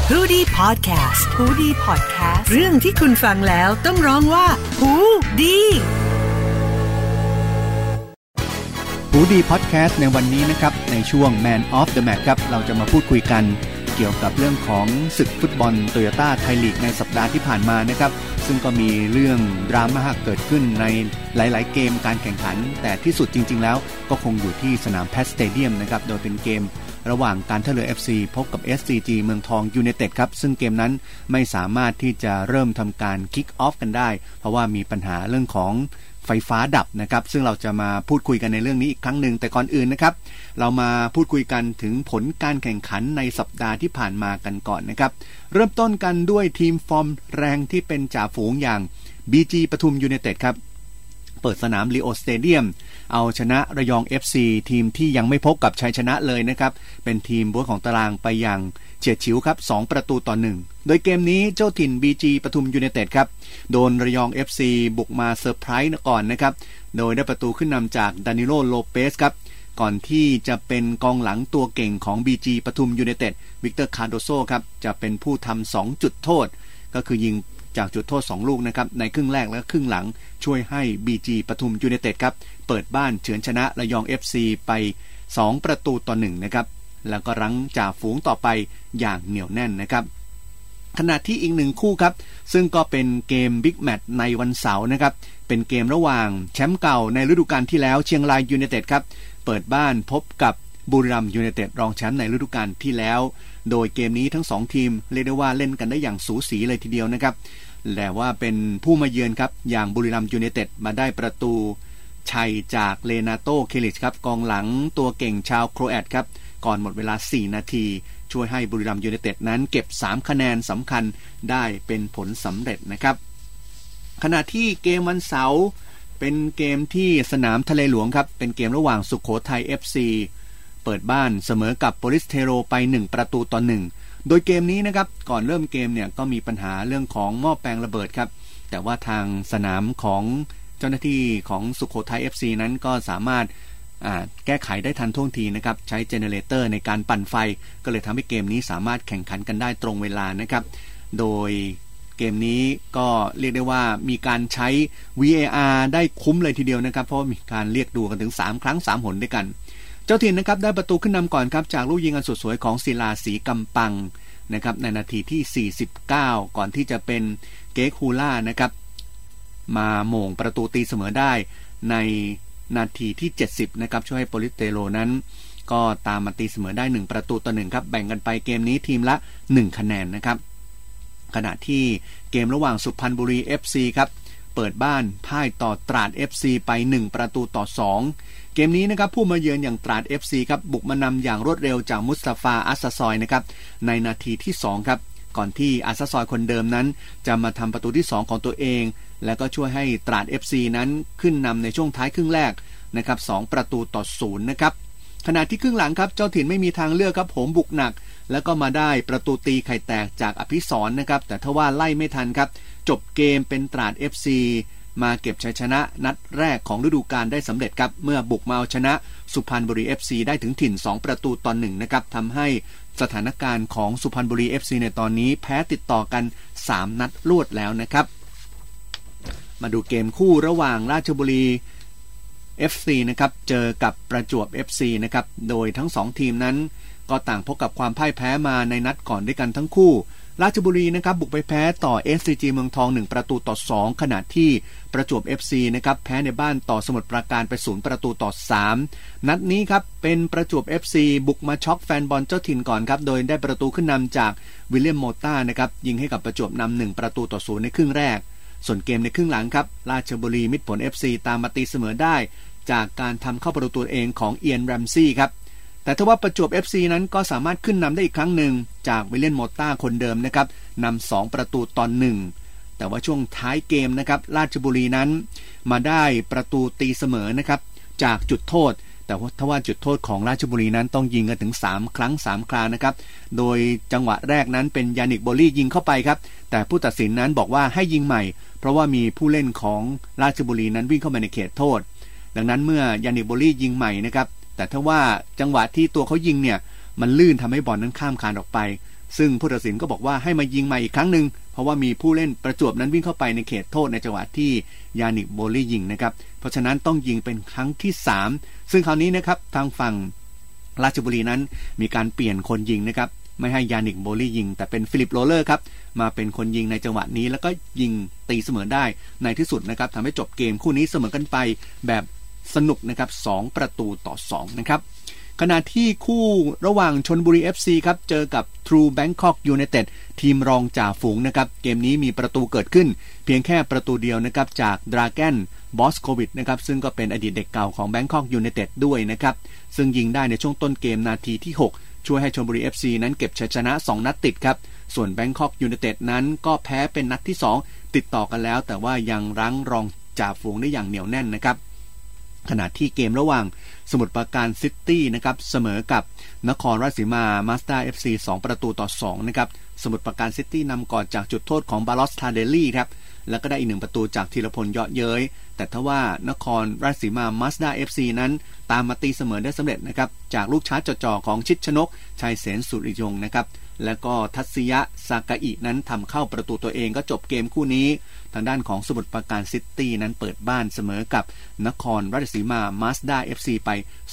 ฮูดี้พอดแคสต์ฮูดี้พอดแคสต์เรื่องที่คุณฟังแล้วต้องร้องว่าฮูดี้ฮูดี้พอดแคสต์ในวันนี้นะครับในช่วง Man of the Match ครับเราจะมาพูดคุยกันเกี่ยวกับเรื่องของศึกฟุตบอลโตโยต้าไทยลีกในสัปดาห์ที่ผ่านมานะครับซึ่งก็มีเรื่องดราม่าเกิดขึ้นในหลายๆเกมการแข่งขันแต่ที่สุดจริงๆแล้วก็คงอยู่ที่สนามแพทสเตเดียมนะครับโดยเป็นเกมระหว่างการท่าเรือ FC พบกับ SCG เมืองทองยูไนเต็ดครับซึ่งเกมนั้นไม่สามารถที่จะเริ่มทำการคิกออฟกันได้เพราะว่ามีปัญหาเรื่องของไฟฟ้าดับนะครับซึ่งเราจะมาพูดคุยกันในเรื่องนี้อีกครั้งหนึ่งแต่ก่อนอื่นนะครับเรามาพูดคุยกันถึงผลการแข่งขันในสัปดาห์ที่ผ่านมากันก่อนนะครับเริ่มต้นกันด้วยทีมฟอร์มแรงที่เป็นจ่าฝูงอย่าง BG ปทุมยูไนเต็ดครับเปิดสนามลีโอสเตเดียมเอาชนะระยอง FC ทีมที่ยังไม่พบกับชัยชนะเลยนะครับเป็นทีมบวยของตารางไปอย่างเฉียดฉิวครับ2-1โดยเกมนี้เจ้าถิ่น BG ปทุมยูไนเต็ดครับโดนระยอง FC บุกมาเซอร์ไพรส์ก่อนนะครับโดยได้ประตูขึ้นนำจากดานิโลโลเปสครับก่อนที่จะเป็นกองหลังตัวเก่งของ BG ปทุมยูไนเต็ดวิกเตอร์คาร์โดโซครับจะเป็นผู้ทำ2จุดโทษก็คือยิงจากจุดโทษ2ลูกนะครับในครึ่งแรกและครึ่งหลังช่วยให้ BG ปทุมยูไนเต็ดครับเปิดบ้านเฉือนชนะระยอง FC ไป2-1นะครับแล้วก็รั้งจ่าฝูงต่อไปอย่างเหนียวแน่นนะครับขณะที่อีกหนึ่งคู่ครับซึ่งก็เป็นเกมบิ๊กแมตช์ในวันเสาร์นะครับเป็นเกมระหว่างแชมป์เก่าในฤดูกาลที่แล้วเชียงรายยูไนเต็ดครับเปิดบ้านพบกับบุรีรัมย์ยูไนเต็ดรองแชมป์ในฤดูกาลที่แล้วโดยเกมนี้ทั้ง2ทีมเรียกได้ว่าเล่นกันได้อย่างสูสีเลยทีเดียวนะครับแต่ว่าเป็นผู้มาเยือนครับอย่างบุรีรัมย์ยูไนเต็ดมาได้ประตูชัยจากเลนาโตเคลิชครับกองหลังตัวเก่งชาวโครแอตครับก่อนหมดเวลา4นาทีช่วยให้บุรีรัมย์ยูไนเต็ดนั้นเก็บ3คะแนนสำคัญได้เป็นผลสำเร็จนะครับขณะที่เกมวันเสาร์เป็นเกมที่สนามทะเลหลวงครับเป็นเกมระหว่างสุโขทัย FC เปิดบ้านเสมอกับโปลิสเทโรไป1-1โดยเกมนี้นะครับก่อนเริ่มเกมเนี่ยก็มีปัญหาเรื่องของหม้อแปลงระเบิดครับแต่ว่าทางสนามของเจ้าหน้าที่ของสุโขทัย FC นั้นก็สามารถแก้ไขได้ทันท่วงทีนะครับใช้เจเนเรเตอร์ในการปั่นไฟก็เลยทำให้เกมนี้สามารถแข่งขันกันได้ตรงเวลานะครับโดยเกมนี้ก็เรียกได้ว่ามีการใช้ VAR ได้คุ้มเลยทีเดียวนะครับเพราะมีการเรียกดูกันถึง3ครั้ง3หนด้วยกันเจ้าถิ่นนะครับได้ประตูขึ้นนำก่อนครับจากลูกยิงอันสวยของศิลาศรีกำปังนะครับในนาทีที่49ก่อนที่จะเป็นเกคฮูล่านะครับมาโหม่งประตูตีเสมอได้ในนาทีที่70นะครับช่วยให้โปลิสเทโรนั้นก็ตามมาตีเสมอได้1-1ครับแบ่งกันไปเกมนี้ทีมละ1คะแนนนะครับขณะที่เกมระหว่างสุพรรณบุรี FC ครับเปิดบ้านพ่ายต่อตราด FC ไป1-2เกมนี้นะครับผู้มาเยือนอย่างตราด FC ครับบุกมานำอย่างรวดเร็วจากมุสตาฟาอัสซาซอยนะครับในนาทีที่2ครับก่อนที่อัสซาซอยคนเดิมนั้นจะมาทำประตูที่2ของตัวเองแล้วก็ช่วยให้ตราด FC นั้นขึ้นนำในช่วงท้ายครึ่งแรกนะครับ2-0นะครับขณะที่ครึ่งหลังครับเจ้าถิ่นไม่มีทางเลือกครับโหมบุกหนักแล้วก็มาได้ประตูตีไข่แตกจากอภิสรณ์นะครับแต่ทว่าไล่ไม่ทันครับจบเกมเป็นตราด FC มาเก็บชัยชนะนัดแรกของฤดูกาลได้สำเร็จครับเมื่อบุกมาเอาชนะสุพรรณบุรี FC ได้ถึงถิ่น2-1นะครับทำให้สถานการณ์ของสุพรรณบุรี FC ในตอนนี้แพ้ติดต่อกัน3นัดรวดแล้วนะครับมาดูเกมคู่ระหว่างราชบุรี FC นะครับเจอกับประจวบ FC นะครับโดยทั้ง2ทีมนั้นก็ต่างพบกับความพ่ายแพ้มาในนัดก่อนด้วยกันทั้งคู่ราชบุรีนะครับบุกไปแพ้ต่อ SCG เมืองทอง1-2ขณะที่ประจวบ FC นะครับแพ้ในบ้านต่อสมุทรปราการไป0-3นัดนี้ครับเป็นประจวบ FC บุกมาช็อกแฟนบอลเจ้าถิ่นก่อนครับโดยได้ประตูขึ้นนำจากวิลเลียมโมต้านะครับยิงให้กับประจวบนำ1-0ในครึ่งแรกส่วนเกมในครึ่งหลังครับราชบุรีมิตรผล FC ตามมาตีเสมอได้จากการทำเข้าประตูตัวเองของเอียนแรมซี่ครับแต่ทว่าประจวบ FC นั้นก็สามารถขึ้นนำได้อีกครั้งหนึ่งจากวิลเลียมโมต้าคนเดิมนะครับนำ2-1แต่ว่าช่วงท้ายเกมนะครับราชบุรีนั้นมาได้ประตูตีเสมอนะครับจากจุดโทษแต่ว่าจุดโทษของราชบุรีนั้นต้องยิงกันถึง3ครั้ง3ครานะครับโดยจังหวะแรกนั้นเป็นยานิกโบลี่ยิงเข้าไปครับแต่ผู้ตัดสินนั้นบอกว่าให้ยิงใหม่เพราะว่ามีผู้เล่นของราชบุรีนั้นวิ่งเข้ามาในเขตโทษดังนั้นเมื่อยานิกโบลี่ยิงใหม่นะครับแต่ถ้าว่าจังหวะที่ตัวเขายิงเนี่ยมันลื่นทำให้บอลนั้นข้ามคานออกไปซึ่งผู้ตัดสินก็บอกว่าให้มายิงใหม่อีกครั้งนึงเพราะว่ามีผู้เล่นประจวบนั้นวิ่งเข้าไปในเขตโทษในจังหวะที่ยานิกโบลี่ยิงนะครับเพราะฉะนั้นต้องยิงเป็นครั้งที่3ซึ่งคราวนี้นะครับทางฝั่งราชบุรีนั้นมีการเปลี่ยนคนยิงนะครับไม่ให้ยานิกโบลี่ยิงแต่เป็นฟิลิปโรเลอร์ครับมาเป็นคนยิงในจังหวะนี้แล้วก็ยิงตีเสมอได้ในที่สุดนะครับทำให้จบเกมคู่นี้เสมอกันไปแบบสนุกนะครับ2-2นะครับขณะที่คู่ระหว่างชลบุรี FC ครับเจอกับ True Bangkok United ทีมรองจ่าฝูงนะครับเกมนี้มีประตูเกิดขึ้นเพียงแค่ประตูเดียวนะครับจาก Dragan Boskovic นะครับซึ่งก็เป็นอดีตเด็กเก่าของ Bangkok United ด้วยนะครับซึ่งยิงได้ในช่วงต้นเกมนาทีที่6ช่วยให้ชลบุรี FC นั้นเก็บชัยชนะ2นัดติดครับส่วน Bangkok United นั้นก็แพ้เป็นนัดที่2ติดต่อกันแล้วแต่ว่ายังรั้งรองจ่าฝูงได้อย่างเหนียวแน่นนะครับขณะที่เกมระหว่างสมุทรปราการซิตี้นะครับเสมอกับนครราชสีมามาสด้า FC 2-2นะครับสมุทรปราการซิตี้นำก่อนจากจุดโทษของบาลอสทาเดลลี่ครับแล้วก็ได้อีก1ประตูจากธีรพลเยาะเย้ยแต่ทว่านครราชสีมามาสด้า FC นั้นตามมาตีเสมอได้สำเร็จนะครับจากลูกชาร์จจ่อๆของชิดชนกชัยเสนสุริยงนะครับแล้วก็ทัศยะซากาอินั้นทำเข้าประตูตัวเองก็จบเกมคู่นี้ทางด้านของสมุทรปราการซิตี้นั้นเปิดบ้านเสมอกับนครราชสีมามาสด้า FC ไป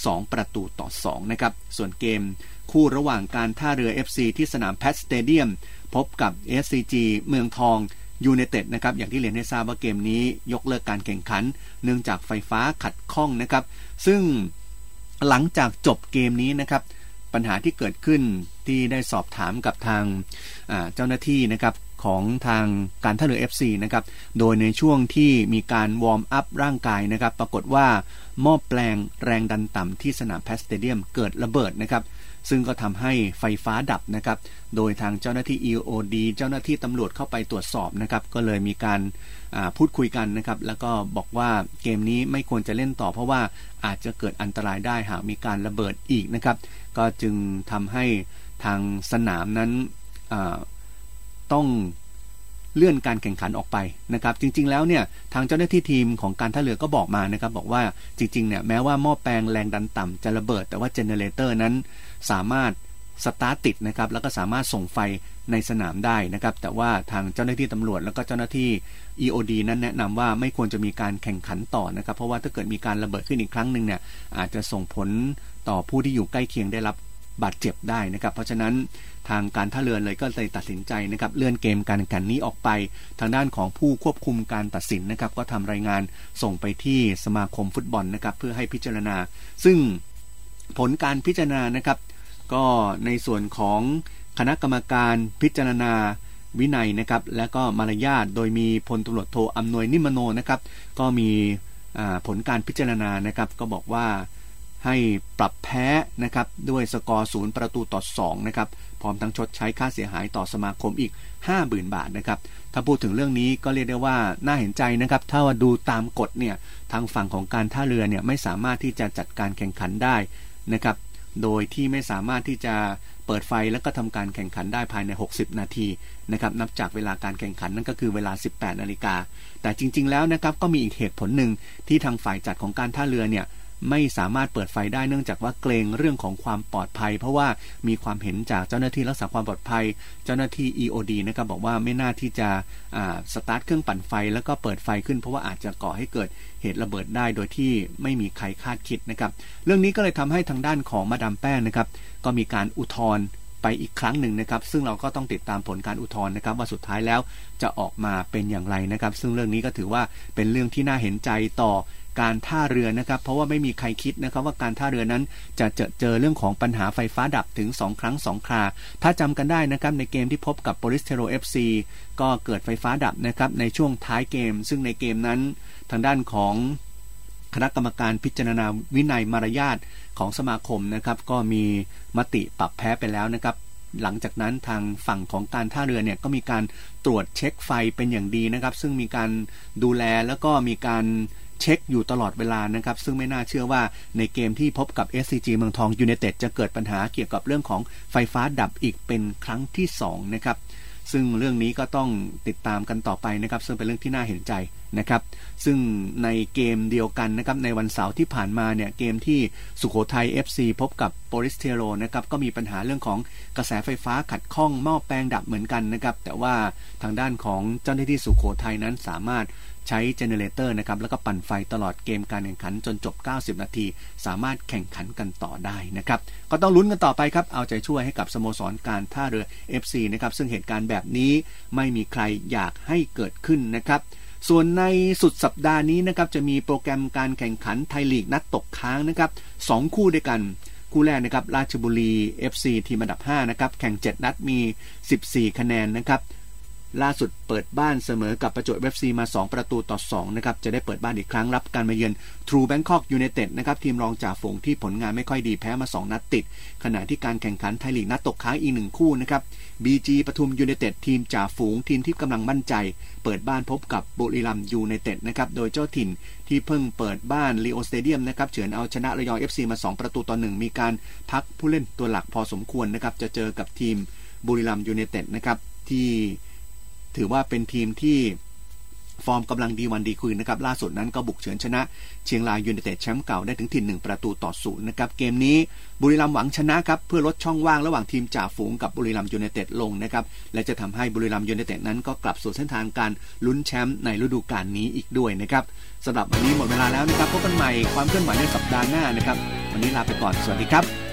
2-2นะครับส่วนเกมคู่ระหว่างการท่าเรือ FC ที่สนามแพทสเตเดียมพบกับ SCG เมืองทองยูไนเต็ดนะครับอย่างที่เรียนให้ทราบว่าเกมนี้ยกเลิกการแข่งขันเนื่องจากไฟฟ้าขัดข้องนะครับซึ่งหลังจากจบเกมนี้นะครับปัญหาที่เกิดขึ้นที่ได้สอบถามกับทางเจ้าหน้าที่นะครับของทางการท่าเรือ FC นะครับโดยในช่วงที่มีการวอร์มอัพร่างกายนะครับปรากฏว่าหม้อแปลงแรงดันต่ำที่สนามแพทสเตเดียมเกิดระเบิดนะครับซึ่งก็ทำให้ไฟฟ้าดับนะครับโดยทางเจ้าหน้าที่ EOD เจ้าหน้าที่ตำรวจเข้าไปตรวจสอบนะครับก็เลยมีการพูดคุยกันนะครับแล้วก็บอกว่าเกมนี้ไม่ควรจะเล่นต่อเพราะว่าอาจจะเกิดอันตรายได้หากมีการระเบิดอีกนะครับก็จึงทำให้ทางสนามนั้นต้องเลื่อนการแข่งขันออกไปนะครับจริงๆแล้วเนี่ยทางเจ้าหน้าที่ทีมของการท่าเรือก็บอกมานะครับบอกว่าจริงๆเนี่ยแม้ว่าหม้อแปลงแรงดันต่ำจะระเบิดแต่ว่าเจเนเรเตอร์นั้นสามารถสตาร์ทติดนะครับแล้วก็สามารถส่งไฟในสนามได้นะครับแต่ว่าทางเจ้าหน้าที่ตำรวจแล้วก็เจ้าหน้าที่ EOD นั้นแนะนำว่าไม่ควรจะมีการแข่งขันต่อนะครับเพราะว่าถ้าเกิดมีการระเบิดขึ้นอีกครั้งนึงเนี่ยอาจจะส่งผลต่อผู้ที่อยู่ใกล้เคียงได้รับบาดเจ็บได้นะครับเพราะฉะนั้นทางการท่าเรือเลยก็เลยตัดสินใจนะครับเลื่อนเกมการแข่งขันนี้ออกไปทางด้านของผู้ควบคุมการตัดสินนะครับก็ทำรายงานส่งไปที่สมาคมฟุตบอลนะครับเพื่อให้พิจารณาซึ่งผลการพิจารณานะครับก็ในส่วนของคณะกรรมการพิจารณาวินัยนะครับและก็มารยาทโดยมีพลตำรวจโทอำนวยนิมโนนะครับก็มีผลการพิจารณานะครับก็บอกว่าให้ปรับแพ้นะครับด้วยสกอร์0-2นะครับพร้อมทั้งชดใช้ค่าเสียหายต่อสมาคมอีก 50,000 บาทนะครับถ้าพูดถึงเรื่องนี้ก็เรียกได้ว่าน่าเห็นใจนะครับถ้าว่าดูตามกฎเนี่ยทางฝั่งของการท่าเรือเนี่ยไม่สามารถที่จะจัดการแข่งขันได้นะครับโดยที่ไม่สามารถที่จะเปิดไฟแล้วก็ทำการแข่งขันได้ภายใน60นาทีนะครับนับจากเวลาการแข่งขันนั่นก็คือเวลา 18 นาฬิกาแต่จริงๆแล้วนะครับก็มีอีกเหตุผลหนึ่งที่ทางฝ่ายจัดของการท่าเรือเนี่ยไม่สามารถเปิดไฟได้เนื่องจากว่าเกรงเรื่องของความปลอดภัยเพราะว่ามีความเห็นจากเจ้าหน้าที่รักษาความปลอดภัยเจ้าหน้าที่ EOD นะครับบอกว่าไม่น่าที่จะสตาร์ทเครื่องปั่นไฟแล้วก็เปิดไฟขึ้นเพราะว่าอาจจะก่อให้เกิดเหตุระเบิดได้โดยที่ไม่มีใครคาดคิดนะครับเรื่องนี้ก็เลยทำให้ทางด้านของมาดามแป้งนะครับก็มีการอุทธรณ์ไปอีกครั้งหนึ่งนะครับซึ่งเราก็ต้องติดตามผลการอุทธรณ์นะครับว่าสุดท้ายแล้วจะออกมาเป็นอย่างไรนะครับซึ่งเรื่องนี้ก็ถือว่าเป็นเรื่องที่น่าเห็นใจต่อการท่าเรือนะครับเพราะว่าไม่มีใครคิดนะครับว่าการท่าเรือนั้นจะเจอเรื่องของปัญหาไฟฟ้าดับถึง2ครั้ง2คราถ้าจำกันได้นะครับในเกมที่พบกับโปลิสเทโร FC ก็เกิดไฟฟ้าดับนะครับในช่วงท้ายเกมซึ่งในเกมนั้นทางด้านของคณะกรรมการพิจารณาวินัยมารยาทของสมาคมนะครับก็มีมติปรับแพ้ไปแล้วนะครับหลังจากนั้นทางฝั่งของการท่าเรือเนี่ยก็มีการตรวจเช็คไฟเป็นอย่างดีนะครับซึ่งมีการดูแลแล้วก็มีการเช็คอยู่ตลอดเวลานะครับซึ่งไม่น่าเชื่อว่าในเกมที่พบกับ SCG เมืองทองยูไนเต็ดจะเกิดปัญหาเกี่ยวกับเรื่องของไฟฟ้าดับอีกเป็นครั้งที่2นะครับซึ่งเรื่องนี้ก็ต้องติดตามกันต่อไปนะครับซึ่งเป็นเรื่องที่น่าเห็นใจนะครับซึ่งในเกมเดียวกันนะครับในวันเสาร์ที่ผ่านมาเนี่ยเกมที่สุโขทัย FC พบกับโปลิสเทโรนะครับก็มีปัญหาเรื่องของกระแสไฟฟ้าขัดข้องหม้อแปลงดับเหมือนกันนะครับแต่ว่าทางด้านของเจ้าหน้าที่สุโขทัยนั้นสามารถใช้เจเนเรเตอร์นะครับแล้วก็ปั่นไฟตลอดเกมการแข่งขันจนจบ90นาทีสามารถแข่งขันกันต่อได้นะครับก็ต้องลุ้นกันต่อไปครับเอาใจช่วยให้กับสโมสรการท่าเรือ FC นะครับซึ่งเหตุการณ์แบบนี้ไม่มีใครอยากให้เกิดขึ้นนะครับส่วนในสุดสัปดาห์นี้นะครับจะมีโปรแกรมการแข่งขันไทยลีกนัดตกค้างนะครับ2คู่ด้วยกันคู่แรกนะครับราชบุรี FC ทีมอันดับ5นะครับแข่ง7นัดมี14คะแนนนะครับล่าสุดเปิดบ้านเสมอกับประจวบ FC มา2-2นะครับจะได้เปิดบ้านอีกครั้งรับการมาเยือน True Bangkok United นะครับทีมรองจ่าฝูงที่ผลงานไม่ค่อยดีแพ้มา2นัดติดขณะที่การแข่งขันไทยลีกนัดตกค้างอีก1คู่นะครับ BG ปทุมยูไนเต็ดทีมจ่าฝูงทีมที่กำลังมั่นใจเปิดบ้านพบกับบุรีรัมย์ยูไนเต็ดนะครับโดยเจ้าถิ่นที่เพิ่งเปิดบ้านลีโอสเตเดียมนะครับเฉือนเอาชนะระยอง FC มา2-1มีการพักผู้เล่นตัวหลักพอสมควรนะครับจะเจอกับทีมบุรีรัมย์ยูไนเต็ดนะครับที่ถือว่าเป็นทีมที่ฟอร์มกำลังดีวันดีคืนนะครับล่าสุดนั้นก็บุกเฉือนชนะเชียงรายยูไนเต็ดแชมป์เก่าได้ถึงถิ่น1-0นะครับเกมนี้บุรีรัมย์หวังชนะครับเพื่อลดช่องว่างระหว่างทีมจ่าฝูงกับบุรีรัมย์ยูไนเต็ดลงนะครับและจะทำให้บุรีรัมย์ยูไนเต็ดนั้นก็กลับสู่เส้นทางการลุ้นแชมป์ในฤดูกาลนี้อีกด้วยนะครับสำหรับวันนี้หมดเวลาแล้วนะครับพบกันใหม่ความเคลื่อนไหวในสัปดาห์หน้านะครับวันนี้ลาไปก่อนสวัสดีครับ